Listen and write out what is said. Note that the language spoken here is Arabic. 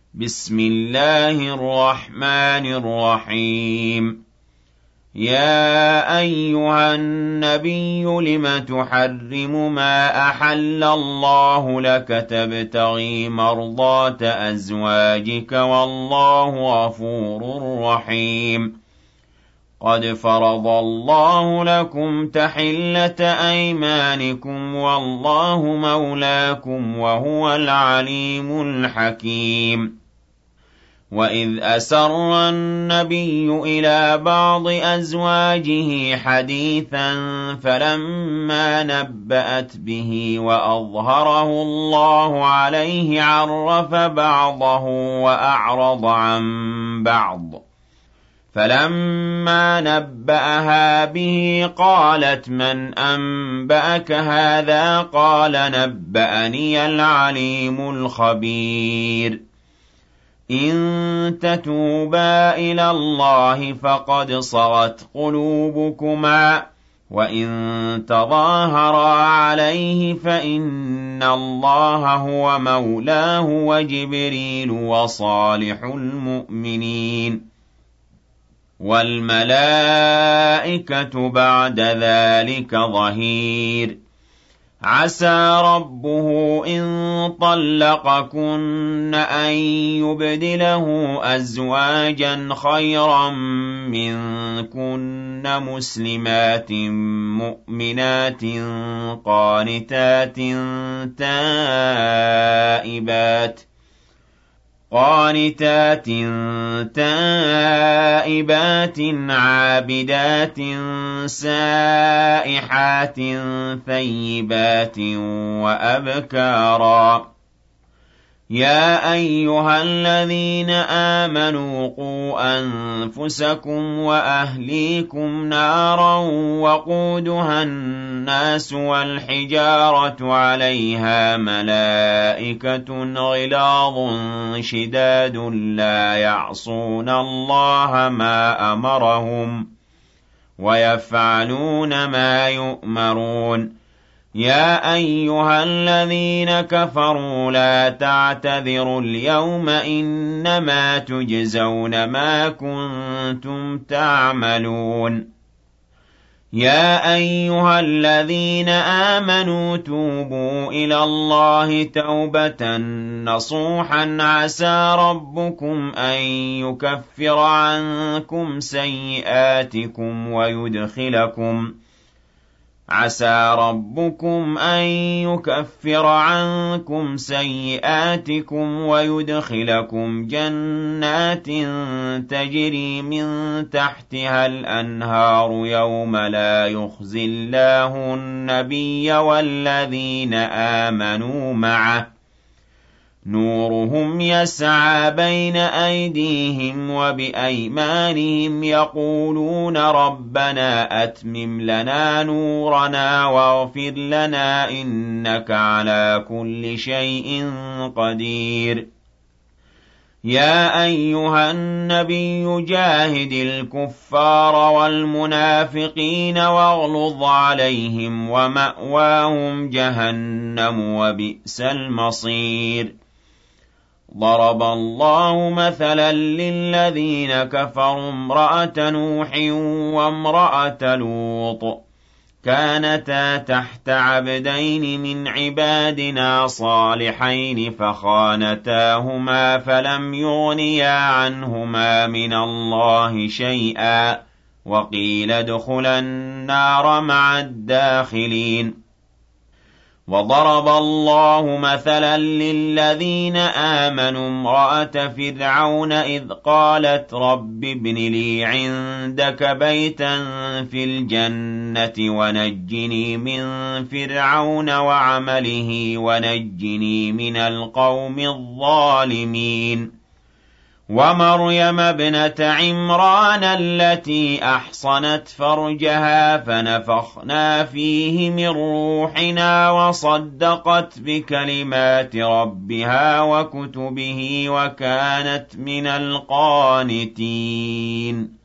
بسم الله الرحمن الرحيم يا أيها النبي لم تحرم ما أحل الله لك تبتغي مرضات أزواجك والله غفور رحيم قد فرض الله لكم تحلة أيمانكم والله مولاكم وهو العليم الحكيم وإذ أسر النبي إلى بعض أزواجه حديثا فلما نبأت به وأظهره الله عليه عرف بعضه وأعرض عن بعض فلما نبأها به قالت من أنبأك هذا قال نبأني العليم الخبير إن تتوبا إلى الله فقد صغت قلوبكما وإن تظاهرا عليه فإن الله هو مولاه وجبريل وصالح المؤمنين والملائكة بعد ذلك ظهير عسى ربه إن طلقكن أن يبدله أزواجا خيرا منكن مسلمات مؤمنات قانتات تائبات عابدات سائحات ثيبات وأبكارا يا أيها الذين آمنوا قوا أنفسكم وأهليكم نارا وقودها الناس والحجارة عليها ملائكة غلاظ شداد لا يعصون الله ما أمرهم ويفعلون ما يؤمرون يا أيها الذين كفروا لا تعتذروا اليوم إنما تجزون ما كنتم تعملون يا أيها الذين آمنوا توبوا إلى الله توبة نصوحا عسى ربكم أن يكفر عنكم سيئاتكم ويدخلكم جنات تجري من تحتها الأنهار يوم لا يخزي الله النبي والذين آمنوا معه نورهم يسعى بين أيديهم وبأيمانهم يقولون ربنا أتمم لنا نورنا واغفر لنا إنك على كل شيء قدير يا أيها النبي جاهد الكفار والمنافقين واغلظ عليهم ومأواهم جهنم وبئس المصير ضرب الله مثلا للذين كفروا امرأة نوح وامرأة لوط كانتا تحت عبدين من عبادنا صالحين فخانتاهما فلم يغنيا عنهما من الله شيئا وقيل ادخلا النار مع الداخلين وضرب الله مثلا للذين آمنوا امرأة فرعون إذ قالت رب ابن لي عندك بيتا في الجنة ونجني من فرعون وعمله ونجني من القوم الظالمين ومريم ابنة عمران التي أحصنت فرجها فنفخنا فيه من روحنا وصدقت بكلمات ربها وكتبه وكانت من القانتين